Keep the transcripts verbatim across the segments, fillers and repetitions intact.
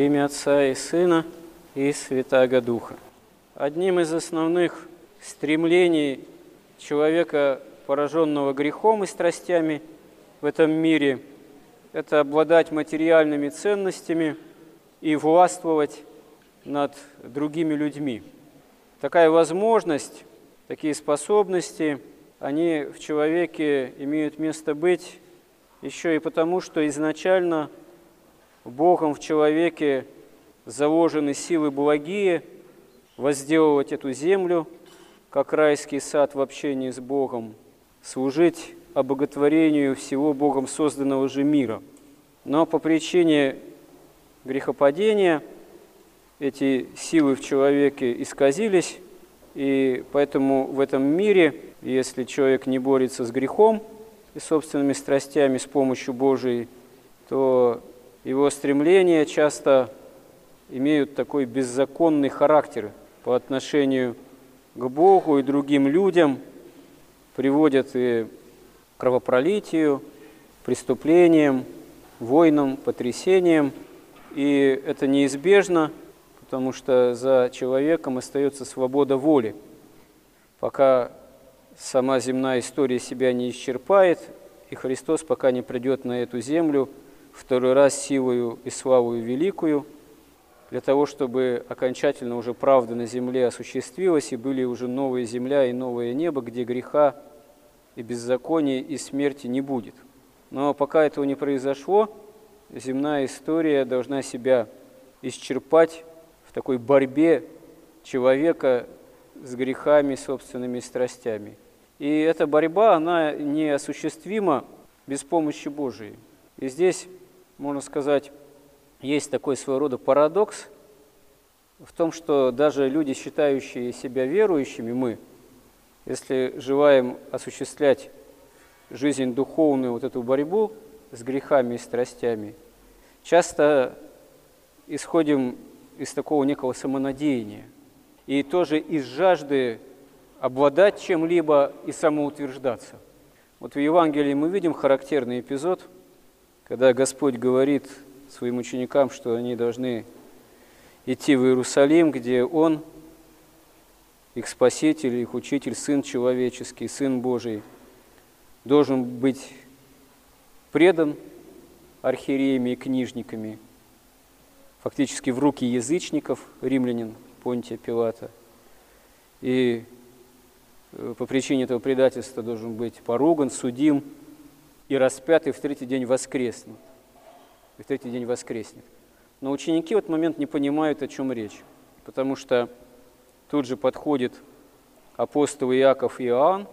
имя Отца и Сына и Святаго Духа. Одним из основных стремлений человека, пораженного грехом и страстями в этом мире, это обладать материальными ценностями и властвовать над другими людьми. Такая возможность, такие способности, они в человеке имеют место быть еще и потому, что изначально Богом в человеке заложены силы благие возделывать эту землю, как райский сад в общении с Богом, служить обоготворению всего Богом созданного же мира. Но по причине грехопадения эти силы в человеке исказились, и поэтому в этом мире, если человек не борется с грехом и собственными страстями с помощью Божией, то его стремления часто имеют такой беззаконный характер по отношению к Богу и другим людям, приводят и к кровопролитию, преступлениям, войнам, потрясениям. И это неизбежно, потому что за человеком остается свобода воли. Пока сама земная история себя не исчерпает, и Христос пока не придет на эту землю второй раз силою и славою великую, для того, чтобы окончательно уже правда на земле осуществилась, и были уже новая земля и новое небо, где греха и беззакония и смерти не будет. Но пока этого не произошло, земная история должна себя исчерпать в такой борьбе человека с грехами, собственными страстями. И эта борьба, она неосуществима без помощи Божией. И здесь, можно сказать, есть такой своего рода парадокс в том, что даже люди, считающие себя верующими, мы, если желаем осуществлять жизнь духовную, вот эту борьбу с грехами и страстями, часто исходим из такого некого самонадеяния и тоже из жажды обладать чем-либо и самоутверждаться. Вот в Евангелии мы видим характерный эпизод, когда Господь говорит своим ученикам, что они должны идти в Иерусалим, где Он, их Спаситель, их Учитель, Сын Человеческий, Сын Божий, должен быть предан архиереями и книжниками, фактически в руки язычников, римлянин Понтия Пилата. И по причине этого предательства должен быть поруган, судим и распят, и в третий день воскреснет. И в третий день воскреснет. Но ученики в этот момент не понимают, о чем речь, потому что тут же подходит апостолы Иаков и Иоанн,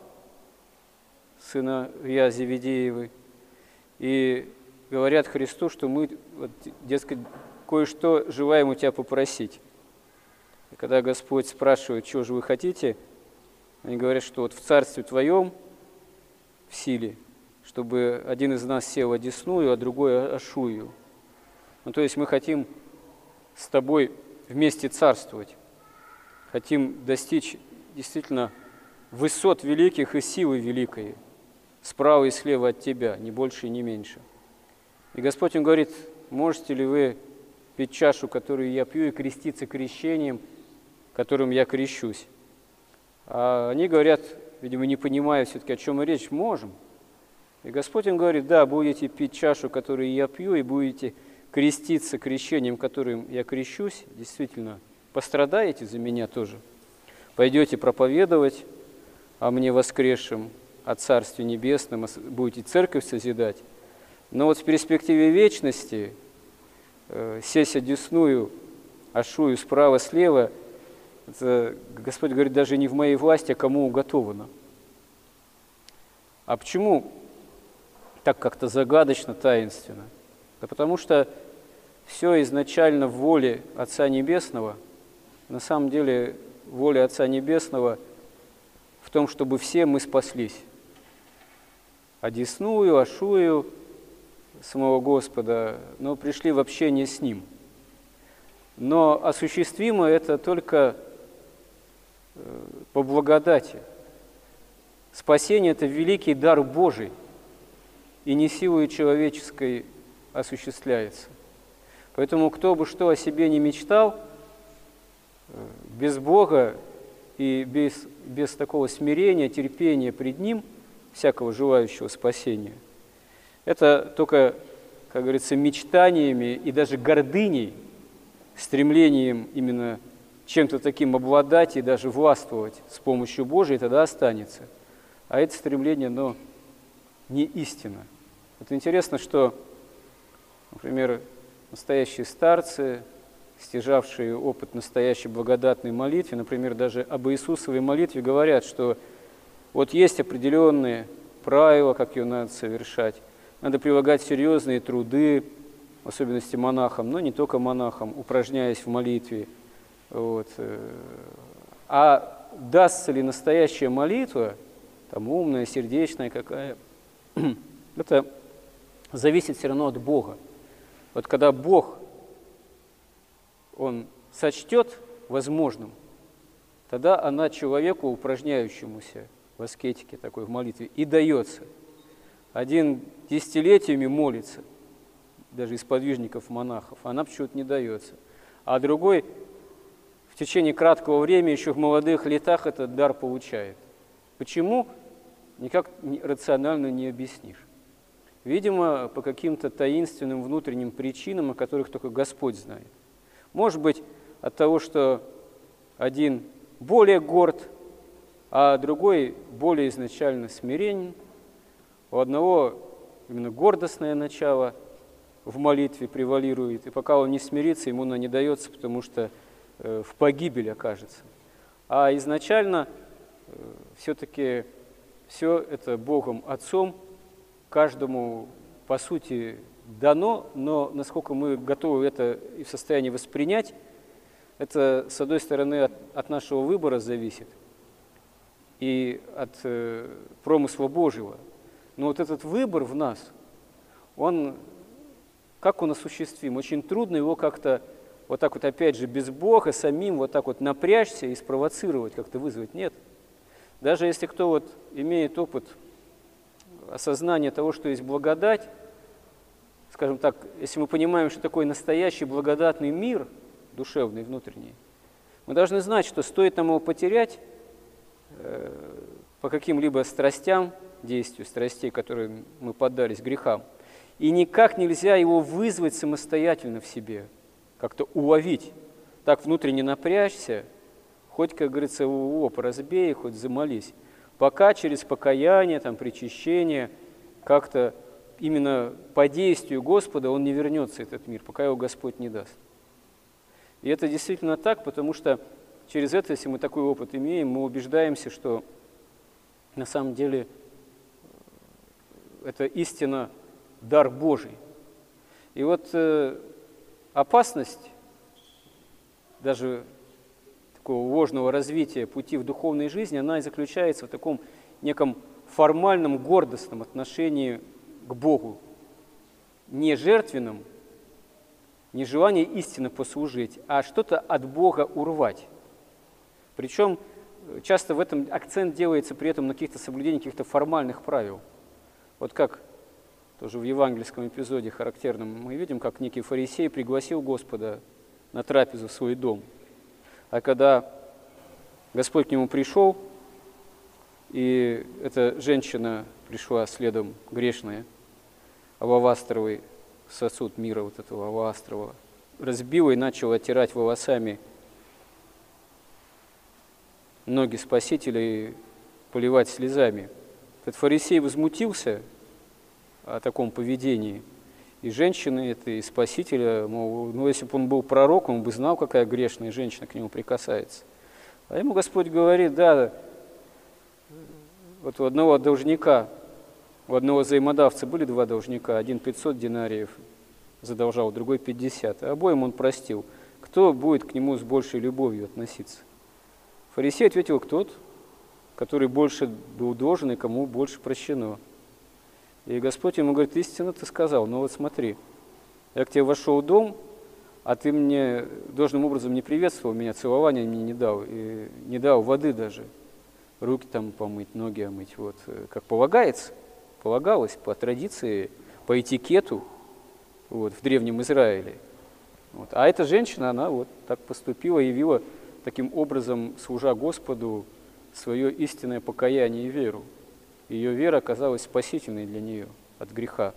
сыновья Зеведеевы, и говорят Христу, что мы, вот, дескать, кое-что желаем у тебя попросить. И когда Господь спрашивает, чего же вы хотите, они говорят, что вот в Царстве Твоем, в силе, чтобы один из нас сел одесную, а другой ошую. Ну, то есть мы хотим с Тобой вместе царствовать, хотим достичь действительно высот великих и силы великой, справа и слева от Тебя, ни больше и ни меньше. И Господь им говорит, можете ли вы пить чашу, которую я пью, и креститься крещением, которым я крещусь? А они говорят, видимо, не понимая все-таки, о чем речь, можем. И Господь им говорит, да, будете пить чашу, которую я пью, и будете креститься крещением, которым я крещусь, действительно, пострадаете за меня тоже. Пойдете проповедовать о мне воскресшем, о Царстве Небесном, будете церковь созидать. Но вот в перспективе вечности э, сесть одесную, ошую справа-слева, это, Господь говорит, даже не в моей власти, а кому уготовано. А почему так как-то загадочно, таинственно? Да потому что все изначально в воле Отца Небесного, на самом деле воля Отца Небесного в том, чтобы все мы спаслись. Одесную, ошую самого Господа, но пришли в общение с Ним. Но осуществимо это только по благодати. Спасение – это великий дар Божий, и не силой человеческой осуществляется. Поэтому кто бы что о себе не мечтал, без Бога и без, без такого смирения, терпения пред Ним, всякого желающего спасения, это только, как говорится, мечтаниями и даже гордыней, стремлением именно чем-то таким обладать и даже властвовать с помощью Божией, тогда останется. А это стремление, оно не истина. Вот интересно, что, например, настоящие старцы, стяжавшие опыт настоящей благодатной молитвы, например, даже об Иисусовой молитве говорят, что вот есть определенные правила, как ее надо совершать, надо прилагать серьезные труды, в особенности монахам, но не только монахам, упражняясь в молитве. Вот. А дастся ли настоящая молитва, там умная, сердечная какая, это зависит все равно от Бога. Вот когда Бог, Он сочтет возможным, тогда она человеку, упражняющемуся в аскетике такой, в молитве, и дается. Один десятилетиями молится, даже из подвижников монахов, она почему-то не дается. А другой в течение краткого времени, еще в молодых летах, этот дар получает. Почему? Никак рационально не объяснишь. Видимо, по каким-то таинственным внутренним причинам, о которых только Господь знает. Может быть, от того, что один более горд, а другой более изначально смиренен. У одного именно гордостное начало в молитве превалирует, и пока он не смирится, ему она не дается, потому что э, в погибель окажется. А изначально э, все-таки все это Богом Отцом каждому, по сути, дано, но насколько мы готовы это и в состоянии воспринять, это, с одной стороны, от, от нашего выбора зависит и от э, промысла Божьего. Но вот этот выбор в нас, он, как он осуществим? Очень трудно его как-то, вот так вот опять же, без Бога, самим вот так вот напрячься и спровоцировать, как-то вызвать. Нет. Даже если кто вот имеет опыт осознания того, что есть благодать, скажем так, если мы понимаем, что такое настоящий благодатный мир, душевный, внутренний, мы должны знать, что стоит нам его потерять э, по каким-либо страстям, действию страстей, которые мы поддались грехам, и никак нельзя его вызвать самостоятельно в себе, как-то уловить, так внутренне напрячься, хоть, как говорится, оп, разбей, хоть замолись, пока через покаяние, там, причащение, как-то именно по действию Господа он не вернется, этот мир, пока его Господь не даст. И это действительно так, потому что через это, если мы такой опыт имеем, мы убеждаемся, что на самом деле это истина, дар Божий. И вот э, опасность даже такого ложного развития пути в духовной жизни, она и заключается в таком неком формальном, гордостном отношении к Богу, не жертвенном, не желание истинно послужить, а что-то от Бога урвать. Причем часто в этом акцент делается при этом на каких-то соблюдении каких-то формальных правил. Вот как тоже в евангельском эпизоде характерном мы видим, как некий фарисей пригласил Господа на трапезу в свой дом. А когда Господь к нему пришел, и эта женщина пришла следом грешная, алавастровый сосуд мира вот этого алавастрового, разбила и начала оттирать волосами ноги Спасителя и поливать слезами. Этот фарисей возмутился о таком поведении. И женщины это, и Спасителя, мол, ну если бы он был пророк, он бы знал, какая грешная женщина к нему прикасается. А ему Господь говорит, да, вот у одного должника, у одного взаимодавца были два должника, один пятьсот динариев задолжал, другой пятьдесят, а обоим он простил. Кто будет к нему с большей любовью относиться? Фарисей ответил, тот, который больше был должен и кому больше прощено. И Господь ему говорит, истинно ты сказал, но вот смотри, я к тебе вошел в дом, а ты мне должным образом не приветствовал меня, целования мне не дал, и не дал воды даже, руки там помыть, ноги омыть, вот, как полагается, полагалось по традиции, по этикету вот, в Древнем Израиле. Вот. А эта женщина, она вот так поступила, явила таким образом, служа Господу, свое истинное покаяние и веру. Ее вера оказалась спасительной для нее от греха.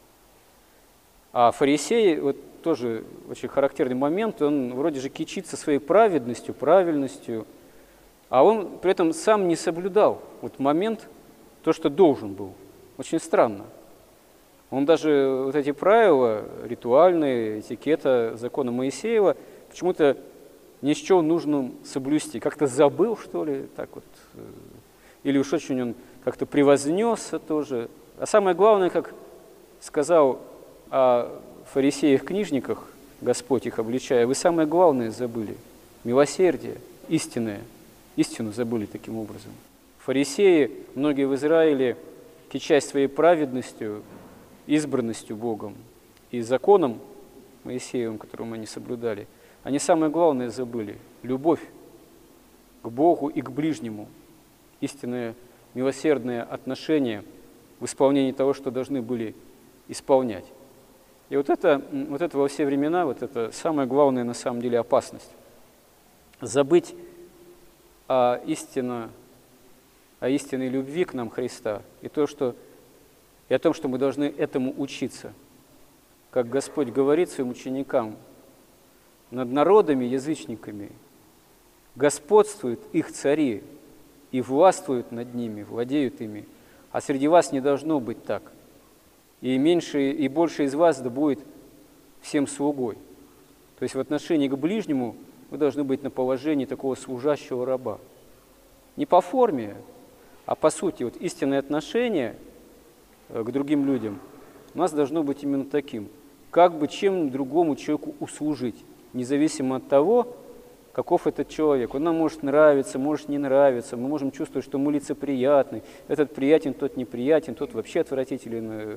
А фарисей, вот тоже очень характерный момент, он вроде же кичится своей праведностью, правильностью, а он при этом сам не соблюдал вот момент, то, что должен был. Очень странно. Он даже вот эти правила ритуальные, этикета закона Моисеева почему-то не счел нужным соблюсти. Как-то забыл, что ли, так вот. Или уж очень он как-то превознесся тоже. А самое главное, как сказал о фарисеях-книжниках, Господь их обличая, вы самое главное забыли. Милосердие, истинное. Истину забыли таким образом. Фарисеи, многие в Израиле, кичась своей праведностью, избранностью Богом и законом Моисеевым, которым они соблюдали, они самое главное забыли – любовь к Богу и к ближнему, истинное милосердное отношение в исполнении того, что должны были исполнять. И вот это, вот это во все времена, вот это самая главная на самом деле опасность. Забыть о, истинно, о истинной любви к нам Христа и, то, что, и о том, что мы должны этому учиться. Как Господь говорит своим ученикам, над народами, язычниками господствуют их цари и властвуют над ними, владеют ими, а среди вас не должно быть так. И меньше и больше из вас да будет всем слугой. То есть в отношении к ближнему вы должны быть на положении такого служащего раба. Не по форме, а по сути. Вот истинное отношение к другим людям у нас должно быть именно таким. Как бы чем другому человеку услужить, независимо от того, каков этот человек. Он нам может нравиться, может не нравиться. Мы можем чувствовать, что мы лицеприятны. Этот приятен, тот неприятен, тот вообще отвратителен,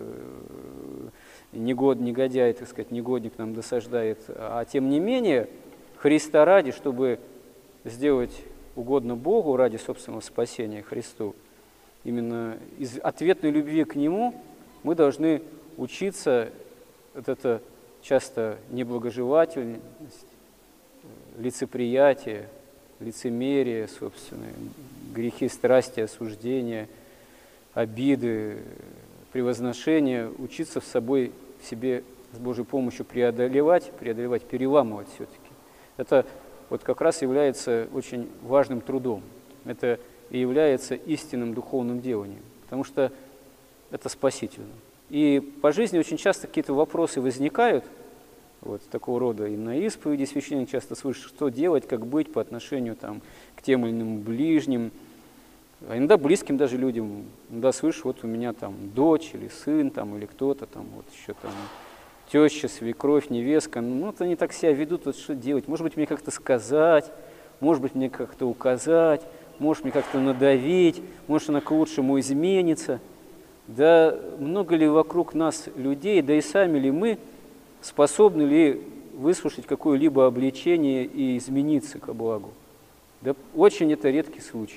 негод, негодяй, так сказать, негодник нам досаждает. А тем не менее, Христа ради, чтобы сделать угодно Богу ради собственного спасения Христу, именно из ответной любви к Нему мы должны учиться, вот это часто неблагожелательность, лицеприятие, лицемерие, собственные грехи, страсти, осуждения, обиды, превозношения, учиться в собой, в себе с Божьей помощью преодолевать, преодолевать, переламывать все-таки. Это вот как раз является очень важным трудом. Это и является истинным духовным деланием, потому что это спасительно. И по жизни очень часто какие-то вопросы возникают, вот такого рода, и на исповеди священник часто слышит, что делать, как быть по отношению там, к тем или иным ближним, а иногда близким даже людям. Иногда слышишь, вот у меня там дочь или сын, там, или кто-то там, вот еще там теща, свекровь, невестка, ну вот они так себя ведут, вот что делать? Может быть, мне как-то сказать, может быть, мне как-то указать, может, мне как-то надавить, может, она к лучшему изменится. Да много ли вокруг нас людей, да и сами ли мы способны ли выслушать какое-либо обличение и измениться ко благу? Да очень это редкий случай.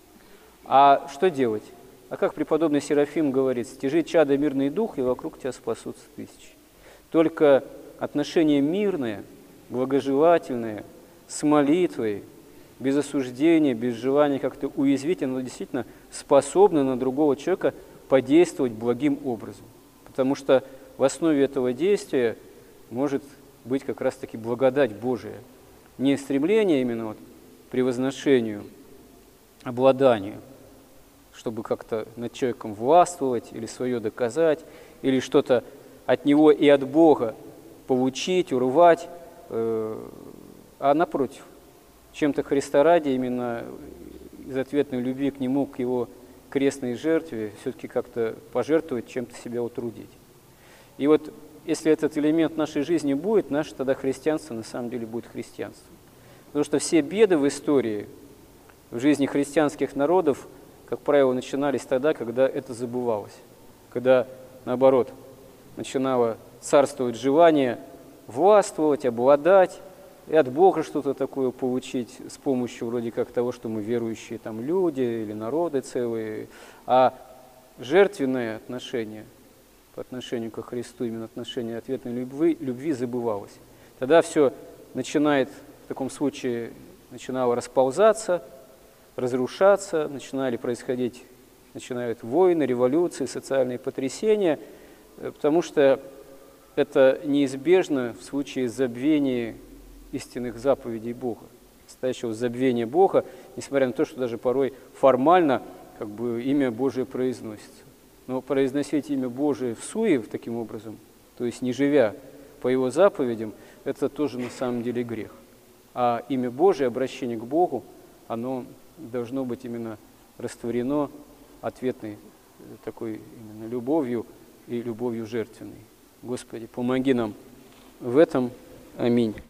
А что делать? А как преподобный Серафим говорит, стяжи чадо мирный дух, и вокруг тебя спасутся тысячи. Только отношение мирное, благожелательное, с молитвой, без осуждения, без желания как-то уязвить, оно действительно способно на другого человека подействовать благим образом. Потому что в основе этого действия может быть как раз-таки благодать Божия. Не стремление именно вот к превозношению, обладанию, чтобы как-то над человеком властвовать или свое доказать, или что-то от него и от Бога получить, урвать, э, а напротив, чем-то Христа ради, именно из ответной любви к Нему, к Его крестной жертве, все-таки как-то пожертвовать, чем-то себя утрудить. И вот если этот элемент нашей жизни будет, наше тогда христианство на самом деле будет христианством. Потому что все беды в истории, в жизни христианских народов, как правило, начинались тогда, когда это забывалось. Когда, наоборот, начинало царствовать желание властвовать, обладать, и от Бога что-то такое получить с помощью вроде как того, что мы верующие там люди или народы целые. А жертвенное отношение по отношению ко Христу, именно отношение ответной любви, любви забывалось. Тогда все начинает, в таком случае, начинало расползаться, разрушаться, начинали происходить, начинают войны, революции, социальные потрясения, потому что это неизбежно в случае забвения истинных заповедей Бога, настоящего забвения Бога, несмотря на то, что даже порой формально как бы имя Божие произносится. Но произносить имя Божие всуе таким образом, то есть не живя по Его заповедям, это тоже на самом деле грех. А имя Божие, обращение к Богу, оно должно быть именно растворено ответной такой именно любовью и любовью жертвенной. Господи, помоги нам в этом. Аминь.